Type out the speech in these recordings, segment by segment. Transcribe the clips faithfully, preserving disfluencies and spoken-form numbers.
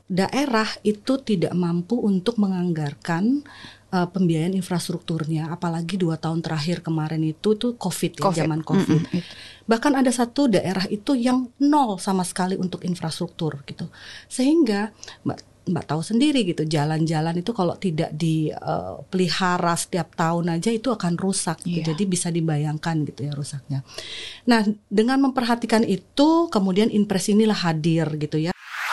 daerah itu tidak mampu untuk menganggarkan uh, pembiayaan infrastrukturnya, apalagi dua tahun terakhir kemarin itu tuh COVID ya, COVID. zaman COVID. Mm-hmm. Bahkan ada satu daerah itu yang nol sama sekali untuk infrastruktur gitu, sehingga Mbak Mbak tahu sendiri gitu, jalan-jalan itu kalau tidak dipelihara uh, setiap tahun aja itu akan rusak gitu. Yeah. Jadi bisa dibayangkan gitu ya rusaknya. Nah, dengan memperhatikan itu kemudian Inpres inilah hadir gitu ya.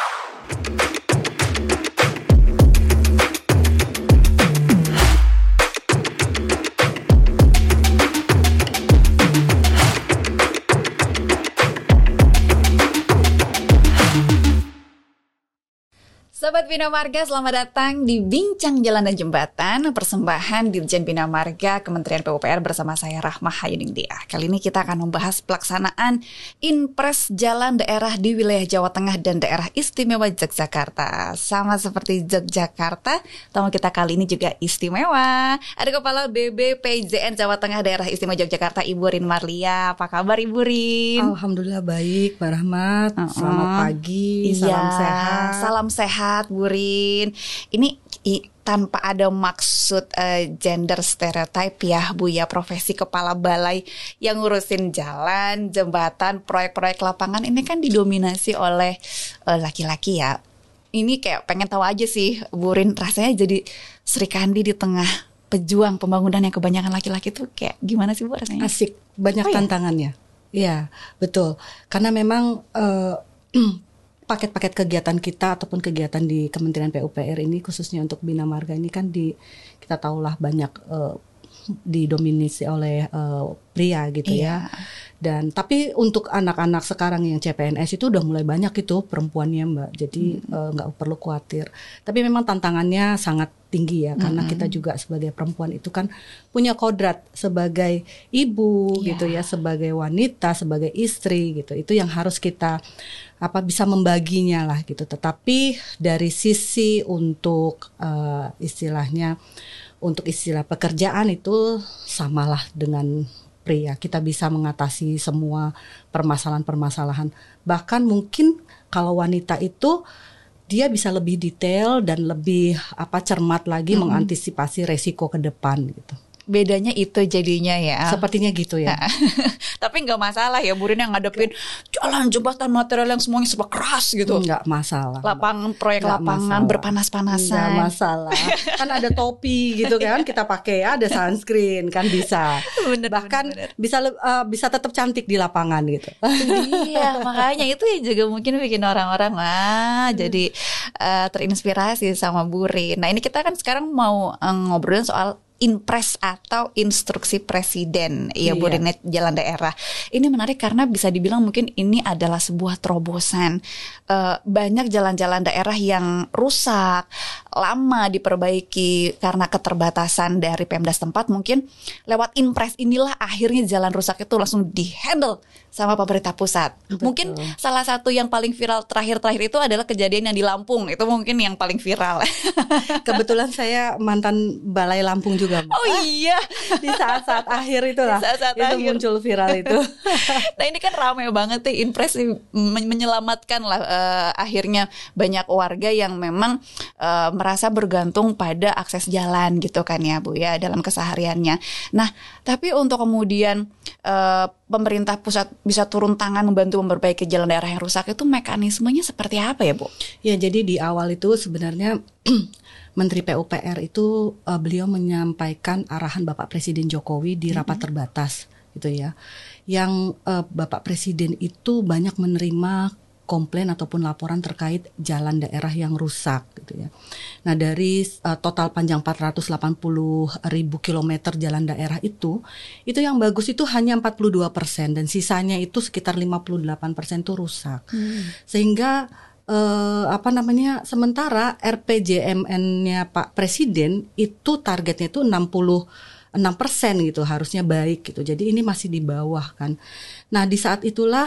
Sobat Bina Marga, selamat datang di Bincang Jalan dan Jembatan, persembahan Dirjen Bina Marga Kementerian P U P R bersama saya Rahma Hayuningdiah. Kali ini kita akan membahas pelaksanaan Inpres Jalan Daerah di wilayah Jawa Tengah dan Daerah Istimewa Yogyakarta. Sama seperti Yogyakarta, tamu kita kali ini juga istimewa. Ada Kepala B B P J N Jawa Tengah Daerah Istimewa Yogyakarta, Ibu Rin Marlia. Apa kabar Ibu Rin? Alhamdulillah baik, Mbak Rahmat. Uh-uh. Selamat pagi, iya, salam sehat. Salam sehat. Bu Rin, ini i, tanpa ada maksud uh, gender stereotype ya Bu ya, profesi kepala balai yang ngurusin jalan, jembatan, proyek-proyek lapangan ini kan didominasi oleh uh, laki-laki ya. Ini kayak pengen tahu aja sih Bu Rin, rasanya jadi Sri Kandi di tengah pejuang pembangunan yang kebanyakan laki-laki tuh kayak gimana sih Bu rasanya? Asik, banyak oh, tantangannya. Iya, betul. Karena memang uh, paket-paket kegiatan kita ataupun kegiatan di Kementerian P U P R ini khususnya untuk Bina Marga ini kan di kita tahulah banyak uh, didominasi oleh uh, pria gitu iya. ya. Dan tapi untuk anak-anak sekarang yang C P N S itu udah mulai banyak itu perempuannya Mbak. Jadi nggak hmm. uh, perlu khawatir. Tapi memang tantangannya sangat tinggi ya, karena hmm. kita juga sebagai perempuan itu kan punya kodrat sebagai ibu yeah. gitu ya, sebagai wanita, sebagai istri gitu. Itu yang harus kita apa bisa membaginya lah gitu. Tetapi dari sisi untuk uh, istilahnya untuk istilah pekerjaan itu samalah dengan pria. Kita bisa mengatasi semua permasalahan-permasalahan. Bahkan mungkin kalau wanita itu dia bisa lebih detail dan lebih apa cermat lagi mm-hmm. mengantisipasi resiko ke depan gitu. Bedanya itu jadinya ya. Sepertinya gitu ya. Tapi nggak masalah ya Bu Rin yang ngadepin jalan, jembatan, material yang semuanya serba keras gitu. Nggak masalah. Lapangan, proyek nggak lapangan masalah. Berpanas-panasan. Nggak masalah. Kan ada topi gitu kan kita pakai, ada sunscreen kan bisa. Bener, Bahkan bener, bener. bisa uh, bisa tetap cantik di lapangan gitu. Iya, makanya itu ya juga mungkin bikin orang-orang wah jadi uh, terinspirasi sama Bu Rin. Nah ini kita kan sekarang mau uh, ngobrolin soal Inpres atau instruksi presiden ya Bu Rin jalan daerah. Ini menarik karena bisa dibilang mungkin ini adalah sebuah terobosan. uh, Banyak jalan-jalan daerah yang rusak, lama diperbaiki karena keterbatasan dari Pemda setempat. Mungkin lewat Inpres inilah akhirnya jalan rusak itu langsung dihandle sama pemerintah pusat. Betul. Mungkin salah satu yang paling viral terakhir-terakhir itu adalah kejadian yang di Lampung. Itu mungkin yang paling viral. Kebetulan saya mantan Balai Lampung juga. Oh iya, di saat-saat akhir itulah saat-saat itu akhir. Muncul viral itu. Nah ini kan ramai banget nih Inpres menyelamatkan lah uh, akhirnya banyak warga yang memang uh, merasa bergantung pada akses jalan gitu kan ya Bu ya dalam kesehariannya. Nah tapi untuk kemudian uh, pemerintah pusat bisa turun tangan membantu memperbaiki jalan daerah yang rusak itu mekanismenya seperti apa ya Bu? Ya jadi di awal itu sebenarnya Menteri P U P R itu uh, beliau menyampaikan arahan Bapak Presiden Jokowi di rapat mm-hmm. terbatas gitu ya. Yang uh, Bapak Presiden itu banyak menerima komplain ataupun laporan terkait jalan daerah yang rusak gitu ya. Nah dari uh, total panjang empat ratus delapan puluh ribu kilometer jalan daerah itu, itu yang bagus itu hanya empat puluh dua persen dan sisanya itu sekitar lima puluh delapan persen itu rusak. Hmm. Sehingga Uh, apa namanya sementara R P J M N-nya Pak Presiden itu targetnya itu enam puluh enam persen gitu harusnya baik gitu. Jadi ini masih di bawah kan. Nah di saat itulah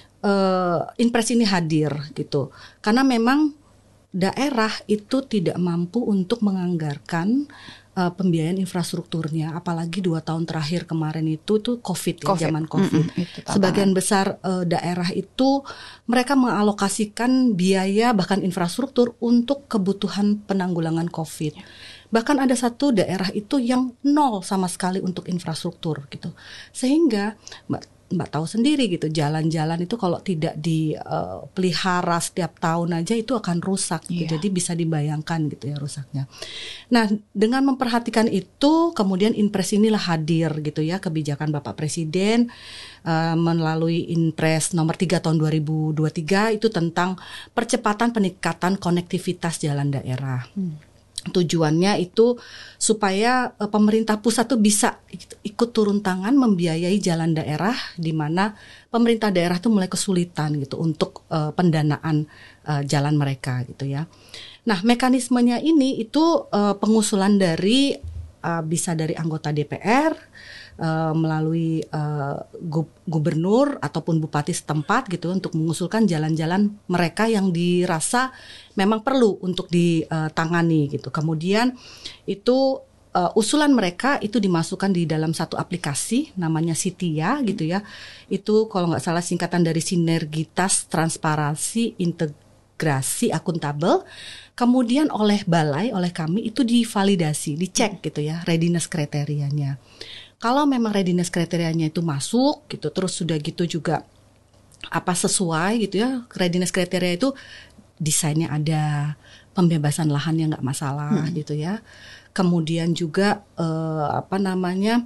uh, Inpres ini hadir gitu. Karena memang daerah itu tidak mampu untuk menganggarkan uh, pembiayaan infrastrukturnya, apalagi dua tahun terakhir kemarin itu tuh COVID, COVID. ya, zaman COVID. Mm-mm, itu Sebagian besar uh, daerah itu mereka mengalokasikan biaya bahkan infrastruktur untuk kebutuhan penanggulangan COVID. Ya. Bahkan ada satu daerah itu yang nol sama sekali untuk infrastruktur gitu. Sehingga Mbak Mbak tahu sendiri gitu, jalan-jalan itu kalau tidak dipelihara uh, setiap tahun aja itu akan rusak gitu. Yeah. Jadi bisa dibayangkan gitu ya rusaknya. Nah, dengan memperhatikan itu kemudian Inpres inilah hadir gitu ya, kebijakan Bapak Presiden uh, melalui Inpres nomor tiga tahun dua ribu dua puluh tiga itu tentang percepatan peningkatan konektivitas jalan daerah. Hmm. Tujuannya itu supaya uh, pemerintah pusat tuh bisa ikut turun tangan membiayai jalan daerah di mana pemerintah daerah tuh mulai kesulitan gitu untuk uh, pendanaan uh, jalan mereka gitu ya. Nah, mekanismenya ini itu uh, pengusulan dari uh, bisa dari anggota D P R uh, melalui uh, gubernur ataupun bupati setempat gitu untuk mengusulkan jalan-jalan mereka yang dirasa memang perlu untuk ditangani gitu. Kemudian itu uh, usulan mereka itu dimasukkan di dalam satu aplikasi namanya Sitia gitu ya. Itu kalau nggak salah singkatan dari Sinergitas Transparansi Integrasi Akuntabel. Kemudian oleh balai, oleh kami itu divalidasi, dicek gitu ya readiness kriterianya. Kalau memang readiness kriterianya itu masuk gitu, terus sudah gitu juga apa sesuai gitu ya, readiness kriteria itu desainnya ada, pembebasan lahannya nggak masalah hmm. gitu ya. Kemudian juga eh, apa namanya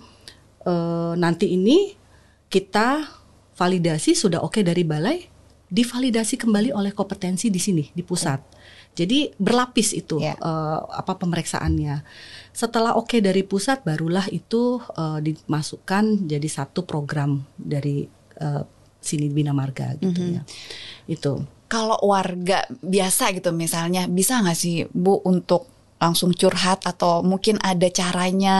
eh, nanti ini kita validasi sudah oke dari balai, divalidasi kembali oleh kompetensi di sini di pusat. Hmm. Jadi berlapis itu yeah. eh, apa pemeriksaannya. Setelah oke dari pusat, barulah itu eh, dimasukkan jadi satu program dari eh, sini Bina Marga gitu mm-hmm. ya. Itu. Kalau warga biasa gitu misalnya, bisa nggak sih Bu untuk langsung curhat atau mungkin ada caranya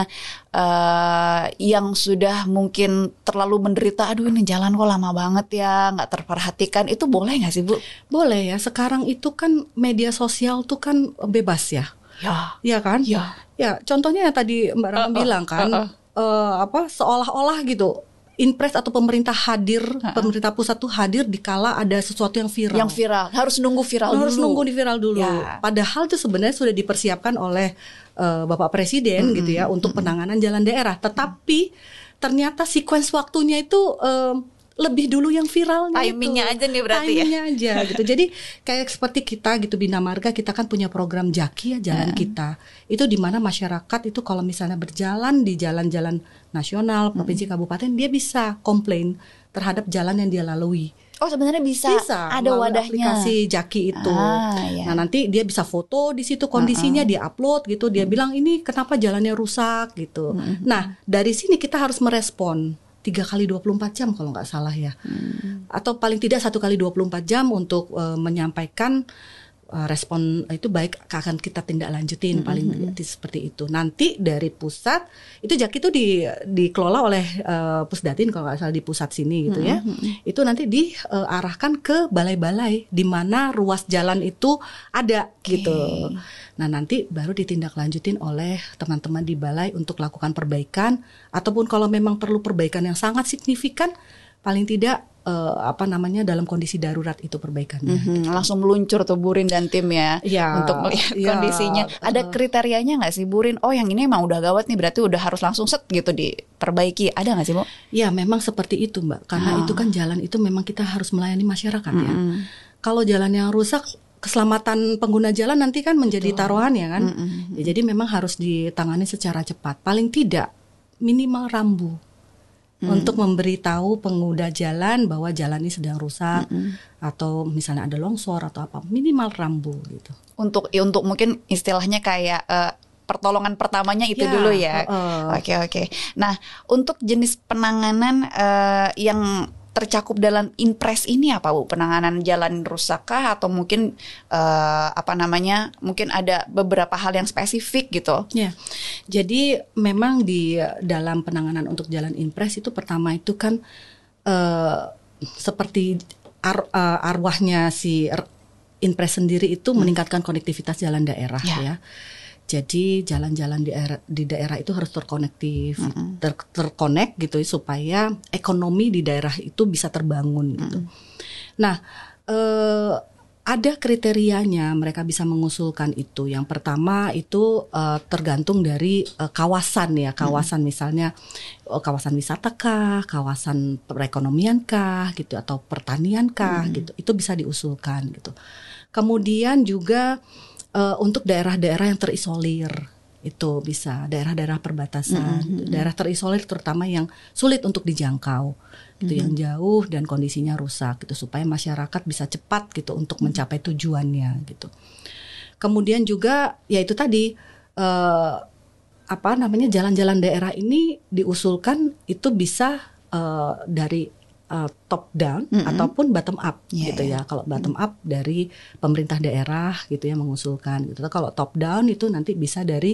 uh, yang sudah mungkin terlalu menderita, aduh ini jalan kok lama banget ya, nggak terperhatikan, itu boleh nggak sih Bu? Boleh ya, sekarang itu kan media sosial tuh kan bebas ya. Ya. Iya kan? Ya. Ya, contohnya yang tadi Mbak Rama uh, uh, bilang kan, uh, uh. Uh, apa seolah-olah gitu. Inpres atau pemerintah hadir, uh-uh. pemerintah pusat tuh hadir dikala ada sesuatu yang viral. Yang viral, harus nunggu viral harus dulu. nunggu di viral dulu. Ya. Padahal itu sebenarnya sudah dipersiapkan oleh uh, Bapak Presiden mm-hmm. gitu ya untuk mm-hmm. penanganan jalan daerah. Tetapi ternyata sequence waktunya itu uh, lebih dulu yang viralnya. Timingnya aja nih berarti Timingnya ya. aja gitu. Jadi kayak seperti kita gitu Bina Marga, kita kan punya program Jaki ya jalan uh. kita. Itu di mana masyarakat itu kalau misalnya berjalan di jalan-jalan nasional, provinsi, hmm. kabupaten, dia bisa komplain terhadap jalan yang dia lalui. Oh sebenarnya bisa, bisa ada wadahnya. Aplikasi Jaki itu. Ah, ya. Nah nanti dia bisa foto di situ kondisinya, uh-uh. dia upload gitu. Dia hmm. bilang ini kenapa jalannya rusak gitu. Hmm. Nah dari sini kita harus merespon tiga kali dua puluh empat jam kalau nggak salah ya. Hmm. Atau paling tidak satu kali dua puluh empat jam untuk uh, menyampaikan uh, respon itu baik akan kita tindak lanjutin mm-hmm. paling seperti itu. Nanti dari pusat itu Jaki itu di dikelola oleh uh, Pusdatin kalau nggak salah di pusat sini gitu ya. Mm-hmm. Itu nanti diarahkan ke balai-balai di mana ruas jalan itu ada okay. gitu. Nah nanti baru ditindaklanjutin oleh teman-teman di balai untuk lakukan perbaikan ataupun kalau memang perlu perbaikan yang sangat signifikan, paling tidak uh, apa namanya dalam kondisi darurat itu perbaikannya. Mm-hmm. Gitu. Langsung meluncur tuh Burin dan tim ya, ya untuk melihat ya, kondisinya. Ada kriterianya nggak sih Burin? Oh yang ini emang udah gawat nih, berarti udah harus langsung set gitu diperbaiki. Ada nggak sih Bu? Ya memang seperti itu Mbak, karena oh. itu kan jalan itu memang kita harus melayani masyarakat mm-hmm. ya. Kalau jalan yang rusak, keselamatan pengguna jalan nanti kan menjadi Betul. taruhan ya kan. Mm-hmm. Ya, jadi memang harus ditangani secara cepat. Paling tidak minimal rambu mm. untuk memberitahu pengguna jalan bahwa jalan ini sedang rusak mm-hmm. atau misalnya ada longsor atau apa, minimal rambu gitu. Untuk untuk mungkin istilahnya kayak uh, pertolongan pertamanya itu ya, dulu ya. Oke uh, oke. Okay, okay. Nah untuk jenis penanganan uh, yang tercakup dalam Inpres ini apa Bu? Penanganan jalan rusakkah atau mungkin uh, apa namanya? Mungkin ada beberapa hal yang spesifik gitu. Ya. Jadi memang di dalam penanganan untuk jalan Inpres itu pertama itu kan uh, seperti ar, uh, arwahnya si Inpres sendiri itu hmm. meningkatkan konektivitas jalan daerah ya. ya. Jadi jalan-jalan di daerah, di daerah itu harus terkonektif, mm-hmm. ter, terkonek gitu supaya ekonomi di daerah itu bisa terbangun gitu. Mm-hmm. Nah, eh, ada kriterianya mereka bisa mengusulkan itu. Yang pertama itu eh, tergantung dari eh, kawasan ya, kawasan mm-hmm. misalnya eh, kawasan wisata kah, kawasan perekonomian kah gitu atau pertanian kah mm-hmm. gitu. Itu bisa diusulkan gitu. Kemudian juga Uh, untuk daerah-daerah yang terisolir itu bisa daerah-daerah perbatasan, mm-hmm. daerah terisolir terutama yang sulit untuk dijangkau, gitu, mm-hmm. yang jauh dan kondisinya rusak, gitu supaya masyarakat bisa cepat gitu untuk mm-hmm. mencapai tujuannya, gitu. Kemudian juga ya itu tadi uh, apa namanya jalan-jalan daerah ini diusulkan itu bisa uh, dari Uh, top down mm-hmm. ataupun bottom up yeah, gitu ya. Yeah. Kalau bottom mm-hmm. up dari pemerintah daerah gitu ya mengusulkan gitu. Kalau top down itu nanti bisa dari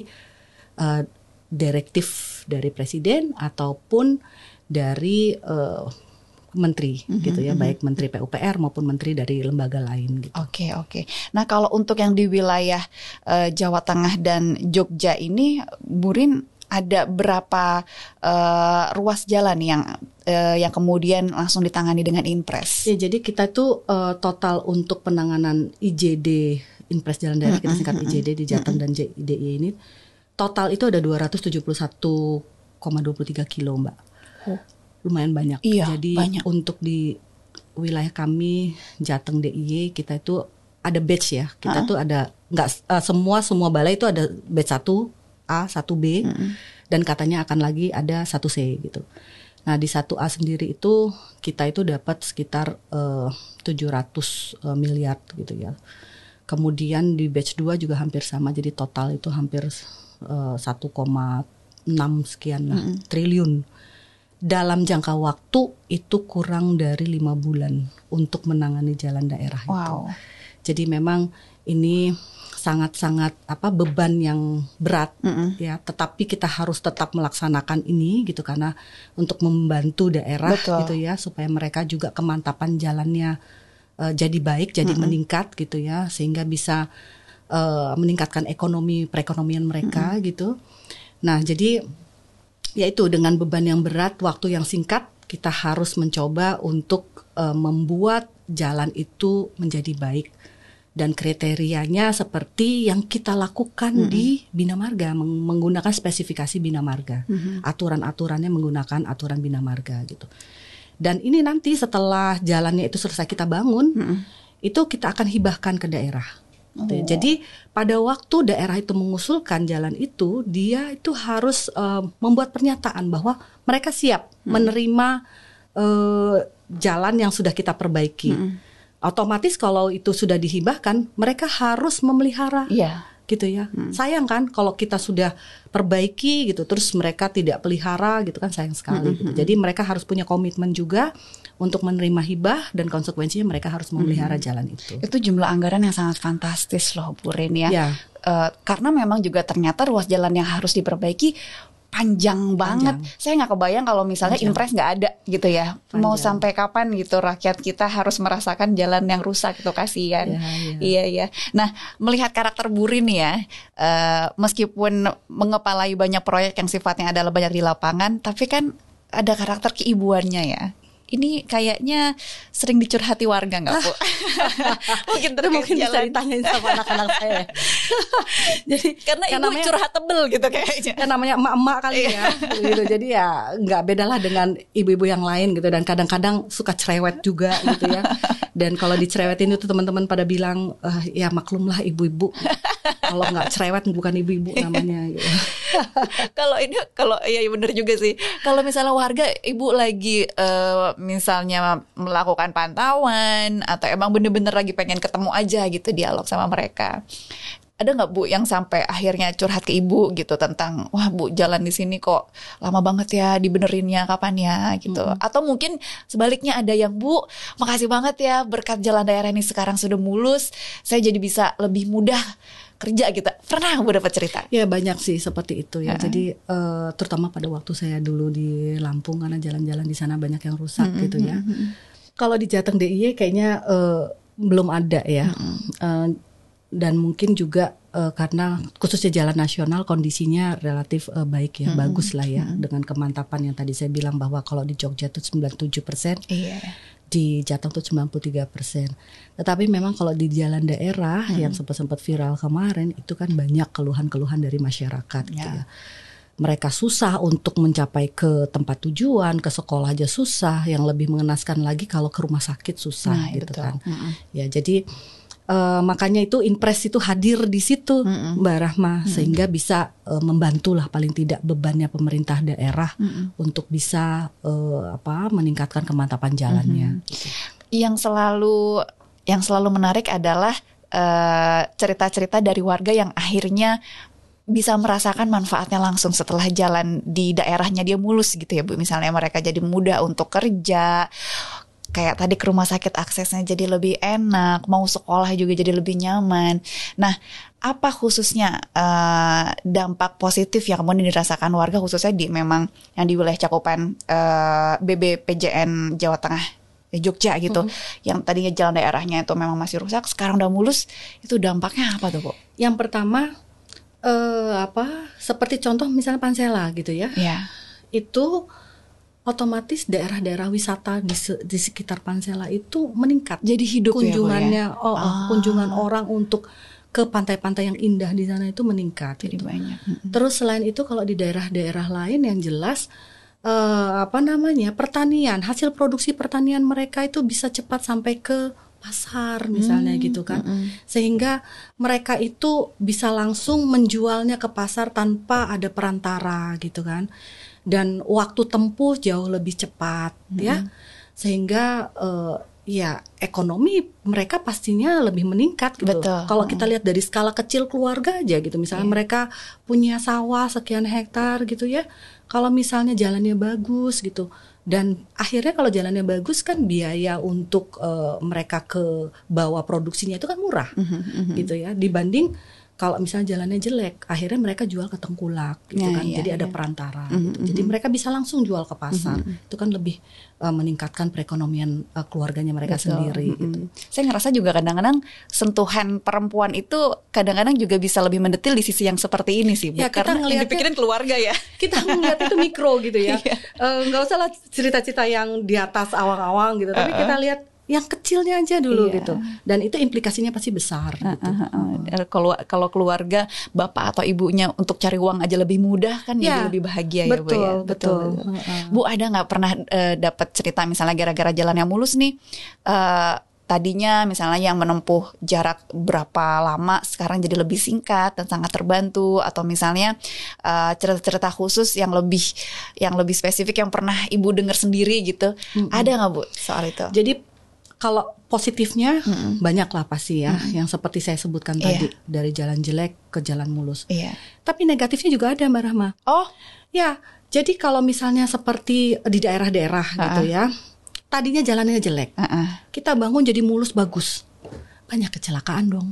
uh, direktif dari presiden ataupun dari uh, menteri mm-hmm. gitu ya, baik menteri P U P R maupun menteri dari lembaga lain gitu. Oke, okay, oke. Okay. Nah, kalau untuk yang di wilayah uh, Jawa Tengah dan Jogja ini, Burin ada berapa uh, ruas jalan yang uh, yang kemudian langsung ditangani dengan Inpres? Ya, jadi kita tuh uh, total untuk penanganan I J D, Inpres Jalan Daerah, kita singkat I J D di Jateng dan J D I ini, total itu ada dua ratus tujuh puluh satu koma dua puluh tiga kilo, Mbak. Oh. Lumayan banyak. Iya, jadi banyak. Untuk di wilayah kami Jateng D I Y kita itu ada batch ya. Kita uh-huh. tuh ada nggak uh, semua semua balai itu ada batch satu A, satu B, mm-hmm. dan katanya akan lagi ada satu C gitu. Nah di satu A sendiri itu kita itu dapat sekitar uh, tujuh ratus uh, miliar gitu ya. Kemudian di batch dua juga hampir sama, jadi total itu hampir uh, satu koma enam sekian lah, mm-hmm. triliun. Dalam jangka waktu itu kurang dari lima bulan untuk menangani jalan daerah wow. itu. Jadi memang ini sangat-sangat apa beban yang berat mm-hmm. ya, tetapi kita harus tetap melaksanakan ini gitu karena untuk membantu daerah Betul. Gitu ya supaya mereka juga kemantapan jalannya uh, jadi baik, jadi mm-hmm. meningkat gitu ya sehingga bisa uh, meningkatkan ekonomi perekonomian mereka mm-hmm. gitu. Nah, jadi yaitu dengan beban yang berat, waktu yang singkat kita harus mencoba untuk uh, membuat jalan itu menjadi baik. Dan kriterianya seperti yang kita lakukan mm-hmm. di Bina Marga, meng- menggunakan spesifikasi Bina Marga, mm-hmm. aturan-aturannya menggunakan aturan Bina Marga gitu. Dan ini nanti setelah jalannya itu selesai kita bangun, mm-hmm. itu kita akan hibahkan ke daerah. Oh. Jadi pada waktu daerah itu mengusulkan jalan itu, dia itu harus uh, membuat pernyataan bahwa mereka siap mm-hmm. menerima uh, jalan yang sudah kita perbaiki. Mm-hmm. Otomatis kalau itu sudah dihibahkan, mereka harus memelihara, yeah. gitu ya. Hmm. Sayang kan kalau kita sudah perbaiki gitu, terus mereka tidak pelihara gitu kan, sayang sekali. Hmm. Gitu. Jadi mereka harus punya komitmen juga untuk menerima hibah dan konsekuensinya mereka harus memelihara hmm. jalan itu. Itu jumlah anggaran yang sangat fantastis loh, Burin ya. Yeah. Uh, karena memang juga ternyata ruas jalan yang harus diperbaiki panjang banget. Panjang. Saya nggak kebayang kalau misalnya panjang. Inpres nggak ada gitu ya. Panjang. Mau sampai kapan gitu rakyat kita harus merasakan jalan yang rusak itu, kasihan. Ya, ya. Iya iya. Nah, melihat karakter Burin ya, uh, meskipun mengepalai banyak proyek yang sifatnya adalah banyak di lapangan, tapi kan ada karakter keibuannya ya. Ini kayaknya sering dicurhati warga nggak, Bu? Mungkin terus mungkin bisa ditanyain sama anak-anak saya. Jadi karena ibu namanya, curhat tebel gitu kayaknya. Kan namanya emak-emak kali ya. Gitu. Jadi ya nggak beda lah dengan ibu-ibu yang lain gitu. Dan kadang-kadang suka cerewet juga gitu ya. Dan kalau dicerewetin itu teman-teman pada bilang e, ya maklumlah ibu-ibu. Kalau nggak cerewet bukan ibu-ibu namanya. Gitu. Kalau ini kalau ya benar juga sih. Kalau misalnya warga ibu lagi uh, misalnya melakukan pantauan atau emang bener-bener lagi pengen ketemu aja gitu dialog sama mereka, ada nggak Bu yang sampai akhirnya curhat ke ibu gitu tentang wah Bu jalan di sini kok lama banget ya dibenerinnya kapan ya gitu, mm-hmm. atau mungkin sebaliknya ada yang Bu makasih banget ya berkat jalan daerah ini sekarang sudah mulus saya jadi bisa lebih mudah kerja gitu. Pernah Bu dapat cerita? Ya banyak sih seperti itu ya. Uh-huh. Jadi uh, terutama pada waktu saya dulu di Lampung karena jalan-jalan di sana banyak yang rusak uh-huh. gitu ya. Uh-huh. Kalau di Jateng D I Y kayaknya uh, belum ada ya. Uh-huh. Uh, dan mungkin juga uh, karena khususnya jalan nasional kondisinya relatif uh, baik ya, mm-hmm. bagus lah ya, mm-hmm. dengan kemantapan yang tadi saya bilang bahwa kalau di Jogja itu sembilan puluh tujuh persen, iya. di Jateng itu sembilan puluh tiga persen. Tetapi memang kalau di jalan daerah mm-hmm. yang sempat-sempat viral kemarin itu kan banyak keluhan-keluhan dari masyarakat, yeah. gitu ya. Mereka susah untuk mencapai ke tempat tujuan, ke sekolah aja susah. Yang lebih mengenaskan lagi kalau ke rumah sakit susah, nah, gitu betul. Kan. Mm-hmm. Ya, jadi uh, makanya itu Inpres itu hadir di situ, mm-hmm. Mbak Rahma, mm-hmm. sehingga bisa uh, membantu lah paling tidak bebannya pemerintah daerah mm-hmm. untuk bisa uh, apa meningkatkan kemantapan jalannya. Mm-hmm. Gitu. Yang selalu yang selalu menarik adalah uh, cerita-cerita dari warga yang akhirnya bisa merasakan manfaatnya langsung setelah jalan di daerahnya dia mulus gitu ya Bu. Misalnya mereka jadi mudah untuk kerja, kayak tadi ke rumah sakit aksesnya jadi lebih enak, mau sekolah juga jadi lebih nyaman. Nah, apa khususnya uh, dampak positif yang kemudian dirasakan warga khususnya di memang yang di wilayah cakupan uh, B B P J N Jawa Tengah, Jogja gitu, mm-hmm. yang tadinya jalan daerahnya itu memang masih rusak, sekarang udah mulus, itu dampaknya apa tuh Bu? Yang pertama Uh, apa seperti contoh misalnya Pansela gitu ya, yeah. itu otomatis daerah-daerah wisata di, di sekitar Pansela itu meningkat. Jadi hidup kunjungannya, ya, oh, ah. kunjungan orang untuk ke pantai-pantai yang indah di sana itu meningkat. Jadi gitu. banyak. Terus selain itu kalau di daerah-daerah lain yang jelas uh, apa namanya pertanian, hasil produksi pertanian mereka itu bisa cepat sampai ke pasar misalnya hmm, gitu kan, hmm. sehingga mereka itu bisa langsung menjualnya ke pasar tanpa ada perantara gitu kan, dan waktu tempuh jauh lebih cepat, hmm. ya, sehingga uh, ya ekonomi mereka pastinya lebih meningkat gitu. Betul. Kalau kita lihat dari skala kecil keluarga aja gitu, misalnya yeah. mereka punya sawah sekian hektar gitu ya, kalau misalnya jalannya bagus gitu. Dan akhirnya kalau jalannya bagus kan biaya untuk uh, mereka ke bawah produksinya itu kan murah, mm-hmm, mm-hmm. gitu ya. Dibanding kalau misalnya jalannya jelek, akhirnya mereka jual ke tengkulak, gitu ya, kan. Ya, Jadi ya. ada perantara. Mm-hmm, gitu. Jadi mereka bisa langsung jual ke pasar. Mm-hmm. Itu kan lebih uh, meningkatkan perekonomian uh, keluarganya mereka Betul. Sendiri. Mm-hmm. Gitu. Saya ngerasa juga kadang-kadang sentuhan perempuan itu kadang-kadang juga bisa lebih mendetil di sisi yang seperti ini sih, Bu. Ya, kita karena yang dipikirin keluarga ya. Kita ngeliat itu mikro gitu ya. Nggak uh, usah lah cerita-cerita yang di atas awang-awang gitu. Tapi uh-uh. kita lihat yang kecilnya aja dulu iya. gitu, dan itu implikasinya pasti besar. Uh, gitu. uh, uh, uh. Kalau kalau keluarga bapak atau ibunya untuk cari uang aja lebih mudah kan, ya, jadi lebih bahagia betul, ya Bu ya. Betul betul. Uh, uh. Bu ada nggak pernah uh, dapat cerita misalnya gara-gara jalan yang mulus nih? Uh, Tadinya misalnya yang menempuh jarak berapa lama sekarang jadi lebih singkat dan sangat terbantu, atau misalnya uh, cerita-cerita khusus yang lebih yang lebih spesifik yang pernah Ibu dengar sendiri gitu. Mm-hmm. Ada nggak Bu soal itu? Jadi kalau positifnya mm-hmm. banyak lah pasti ya, mm-hmm. yang seperti saya sebutkan yeah. tadi, dari jalan jelek ke jalan mulus. Yeah. Tapi negatifnya juga ada Mbak Rahma. Oh ya, jadi kalau misalnya seperti di daerah-daerah uh-uh. gitu ya, tadinya jalannya jelek, uh-uh. kita bangun jadi mulus bagus, banyak kecelakaan dong.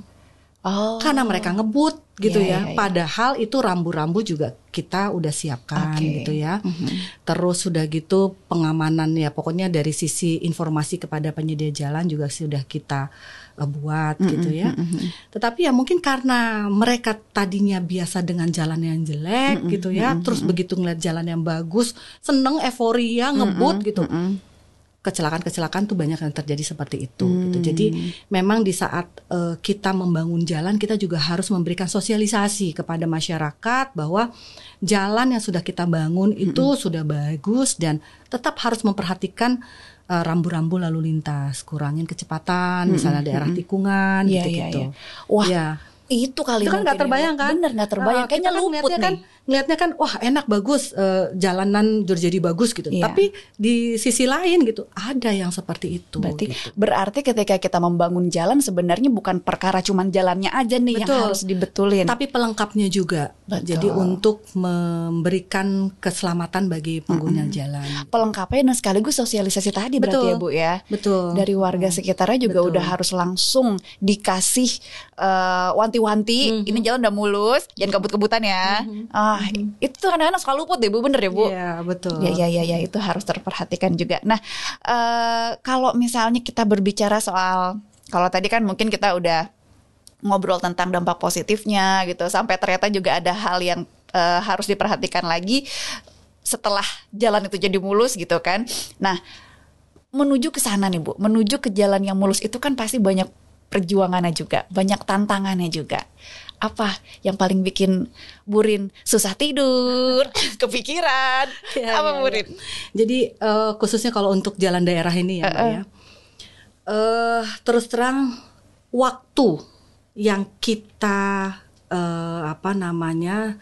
Oh. Karena mereka ngebut gitu yeah, ya. Yeah, yeah. Padahal itu rambu-rambu juga kita udah siapkan okay. gitu ya. Mm-hmm. Terus sudah gitu pengamanan ya, pokoknya dari sisi informasi kepada penyedia jalan juga sudah kita uh, buat mm-hmm, gitu ya. Mm-hmm. Tetapi ya mungkin karena mereka tadinya biasa dengan jalan yang jelek mm-hmm, gitu ya. Mm-hmm. Terus begitu ngeliat jalan yang bagus, seneng, euforia, ngebut mm-hmm, gitu. Mm-hmm. Kecelakaan-kecelakaan tuh banyak yang terjadi seperti itu. Hmm. Gitu. Jadi memang di saat uh, kita membangun jalan, kita juga harus memberikan sosialisasi kepada masyarakat bahwa jalan yang sudah kita bangun itu hmm. sudah bagus, dan tetap harus memperhatikan uh, rambu-rambu lalu lintas, kurangin kecepatan, hmm. misalnya daerah tikungan, ya, gitu-gitu. Ya, ya. Wah. Ya. Itu kali itu kan nggak terbayang kan? Bener nggak terbayang. Uh, Kayaknya kan luput nih. Kan, ngelihatnya kan wah enak bagus, uh, jalanan jadi bagus gitu. Yeah. Tapi di sisi lain gitu ada yang seperti itu. Berarti, gitu. berarti ketika kita membangun jalan sebenarnya bukan perkara cuman jalannya aja nih Betul. Yang harus dibetulin. Tapi pelengkapnya juga. Betul. Jadi untuk memberikan keselamatan bagi pengguna mm-hmm. jalan. Pelengkapnya dan sekaligus sosialisasi tadi Betul. Berarti ya Bu ya. Betul. Dari warga sekitarnya juga Betul. Udah harus langsung dikasih uh, wanti-wanti. Mm-hmm. Ini jalan udah mulus, jangan kebut-kebutan ya. Mm-hmm. Uh, Ah, hmm. itu tuh kadang-kadang suka luput deh Bu, bener ya Bu? Iya betul. Ya ya ya ya itu harus terperhatikan juga. Nah uh, kalau misalnya kita berbicara soal, kalau tadi kan mungkin kita udah ngobrol tentang dampak positifnya gitu, sampai ternyata juga ada hal yang uh, harus diperhatikan lagi setelah jalan itu jadi mulus gitu kan. Nah, menuju ke sana nih Bu, menuju ke jalan yang mulus itu kan pasti banyak perjuangannya juga, banyak tantangannya juga. Apa yang paling bikin Burin susah tidur, kepikiran? Ya, apa ya, Burin? Ya. Jadi uh, khususnya kalau untuk jalan daerah ini ya, Mbak uh-uh. ya. Uh, terus terang waktu yang kita uh, apa namanya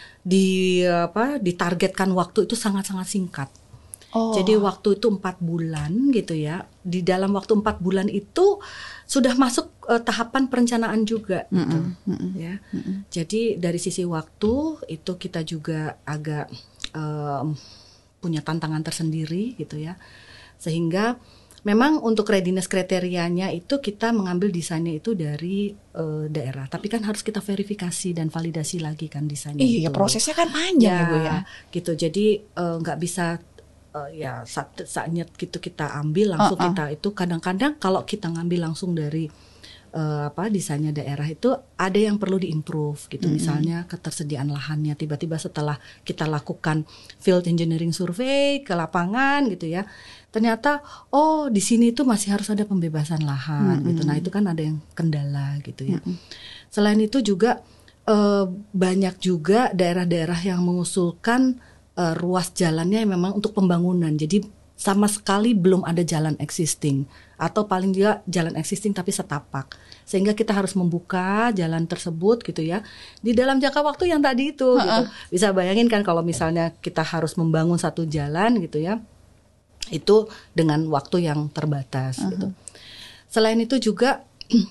di apa ditargetkan waktu itu sangat-sangat singkat. Oh. Jadi waktu itu empat bulan gitu ya. Di dalam waktu empat bulan itu sudah masuk uh, tahapan perencanaan juga gitu, mm-hmm. Mm-hmm. ya. Mm-hmm. Jadi dari sisi waktu itu kita juga agak um, punya tantangan tersendiri gitu ya. Sehingga memang untuk readiness kriterianya itu kita mengambil desainnya itu dari uh, daerah. Tapi kan harus kita verifikasi dan validasi lagi kan desainnya. Iya, itu. Prosesnya kan panjang ya, ya Bu ya. Gitu. Jadi nggak uh, bisa Uh, ya saat saatnya gitu kita ambil langsung uh, uh. kita itu kadang-kadang kalau kita ngambil langsung dari uh, apa desainnya daerah itu ada yang perlu diimprove gitu, mm-hmm. misalnya ketersediaan lahannya tiba-tiba setelah kita lakukan field engineering survey ke lapangan gitu ya, ternyata oh di sini tuh masih harus ada pembebasan lahan mm-hmm. gitu. Nah itu kan ada yang kendala gitu ya. Mm-hmm. Selain itu juga uh, banyak juga daerah-daerah yang mengusulkan Uh, ruas jalannya memang untuk pembangunan, jadi sama sekali belum ada jalan existing atau paling juga jalan existing tapi setapak, sehingga kita harus membuka jalan tersebut gitu ya di dalam jangka waktu yang tadi itu gitu. Bisa bayangin kan kalau misalnya kita harus membangun satu jalan gitu ya, itu dengan waktu yang terbatas uh-huh. gitu. Selain itu juga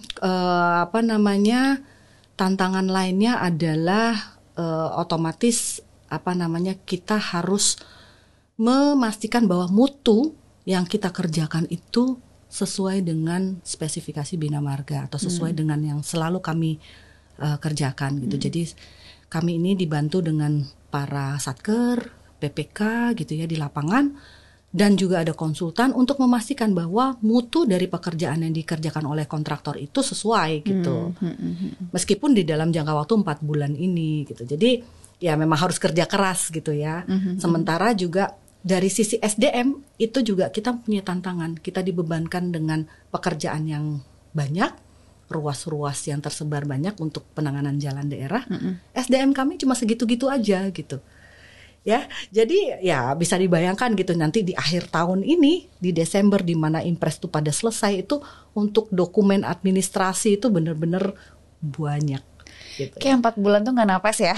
uh, apa namanya tantangan lainnya adalah uh, otomatis apa namanya kita harus memastikan bahwa mutu yang kita kerjakan itu sesuai dengan spesifikasi Bina Marga atau sesuai hmm. dengan yang selalu kami uh, kerjakan gitu. Hmm. Jadi kami ini dibantu dengan para satker, P P K gitu ya di lapangan, dan juga ada konsultan untuk memastikan bahwa mutu dari pekerjaan yang dikerjakan oleh kontraktor itu sesuai gitu. Hmm. Hmm. Meskipun di dalam jangka waktu empat bulan ini gitu. Jadi ya memang harus kerja keras gitu ya. Mm-hmm. Sementara juga dari sisi S D M itu juga kita punya tantangan. Kita dibebankan dengan pekerjaan yang banyak, ruas-ruas yang tersebar banyak untuk penanganan jalan daerah. Mm-hmm. S D M kami cuma segitu-gitu aja gitu. Ya, jadi ya bisa dibayangkan gitu nanti di akhir tahun ini di Desember di mana Impres itu pada selesai itu untuk dokumen administrasi itu benar-benar banyak. Gitu, kayak empat ya. bulan tuh nggak napas ya?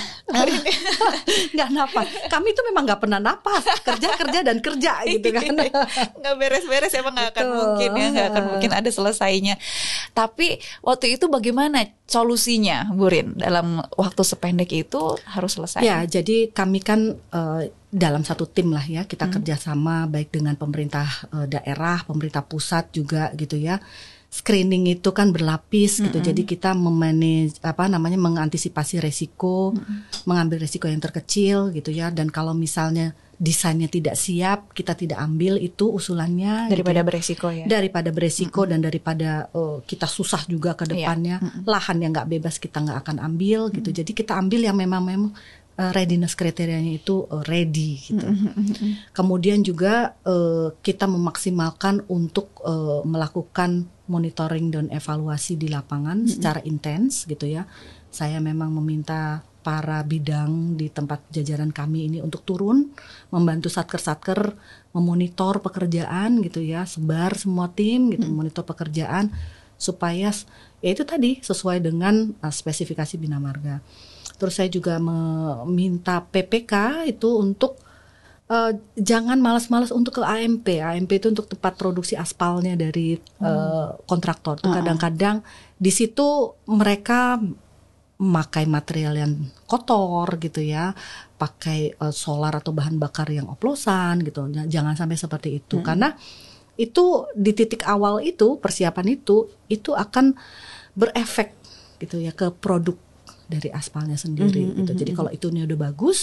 Nggak napas. Kami tuh memang nggak pernah napas. Kerja kerja dan kerja gitu kan. Nggak beres-beres emang nggak akan mungkin ya, nggak akan mungkin ada selesainya. Tapi waktu itu bagaimana solusinya, Burin? Dalam waktu sependek itu harus selesai. Ya, jadi kami kan uh, dalam satu tim lah ya kita hmm. kerjasama baik dengan pemerintah uh, daerah, pemerintah pusat juga gitu ya. Screening itu kan berlapis gitu, mm-hmm. jadi kita memanage apa namanya mengantisipasi resiko, mm-hmm. mengambil resiko yang terkecil gitu ya. Dan kalau misalnya desainnya tidak siap, kita tidak ambil itu usulannya. Daripada gitu. beresiko ya. Daripada beresiko mm-hmm. dan daripada uh, kita susah juga ke depannya, yeah. mm-hmm. lahan yang nggak bebas kita nggak akan ambil gitu. Mm-hmm. Jadi kita ambil yang memang memang uh, readiness kriterianya itu uh, ready gitu. Mm-hmm. Kemudian juga uh, kita memaksimalkan untuk uh, melakukan monitoring dan evaluasi di lapangan mm-hmm. secara intens gitu ya. Saya memang meminta para bidang di tempat jajaran kami ini untuk turun membantu satker-satker memonitor pekerjaan gitu ya, sebar semua tim gitu mm-hmm. memonitor pekerjaan supaya ya itu tadi sesuai dengan uh, spesifikasi Bina Marga. Terus saya juga meminta P P K itu untuk Uh, jangan malas-malas untuk ke A M P. A M P itu untuk tempat produksi aspalnya dari uh, kontraktor. Tuh kadang-kadang di situ mereka memakai material yang kotor gitu ya, pakai uh, solar atau bahan bakar yang oplosan gitu. Jangan sampai seperti itu, hmm. karena itu di titik awal itu persiapan itu itu akan berefek gitu ya ke produk dari aspalnya sendiri. Mm-hmm, gitu. Jadi kalau itu udah bagus,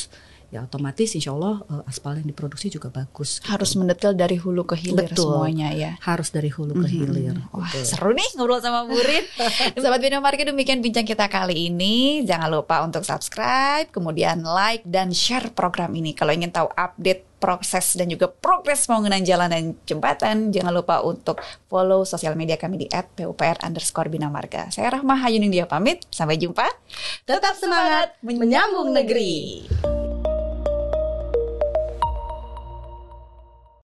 ya otomatis insya Allah uh, aspal yang diproduksi juga bagus. Gitu. Harus mendetail dari hulu ke hilir. Betul. Semuanya ya. Harus dari hulu ke hilir. Mm-hmm. Wah, betul. Seru nih ngobrol sama Bu Rin. Sobat Bina Marga, demikian bincang kita kali ini. Jangan lupa untuk subscribe, kemudian like dan share program ini. Kalau ingin tahu update proses dan juga progres pembangunan jalan dan jembatan, jangan lupa untuk follow sosial media kami di et pupr underscore Bina Marga. Saya Rahma Hayuning dia pamit, sampai jumpa. Tetap semangat menyambung negeri.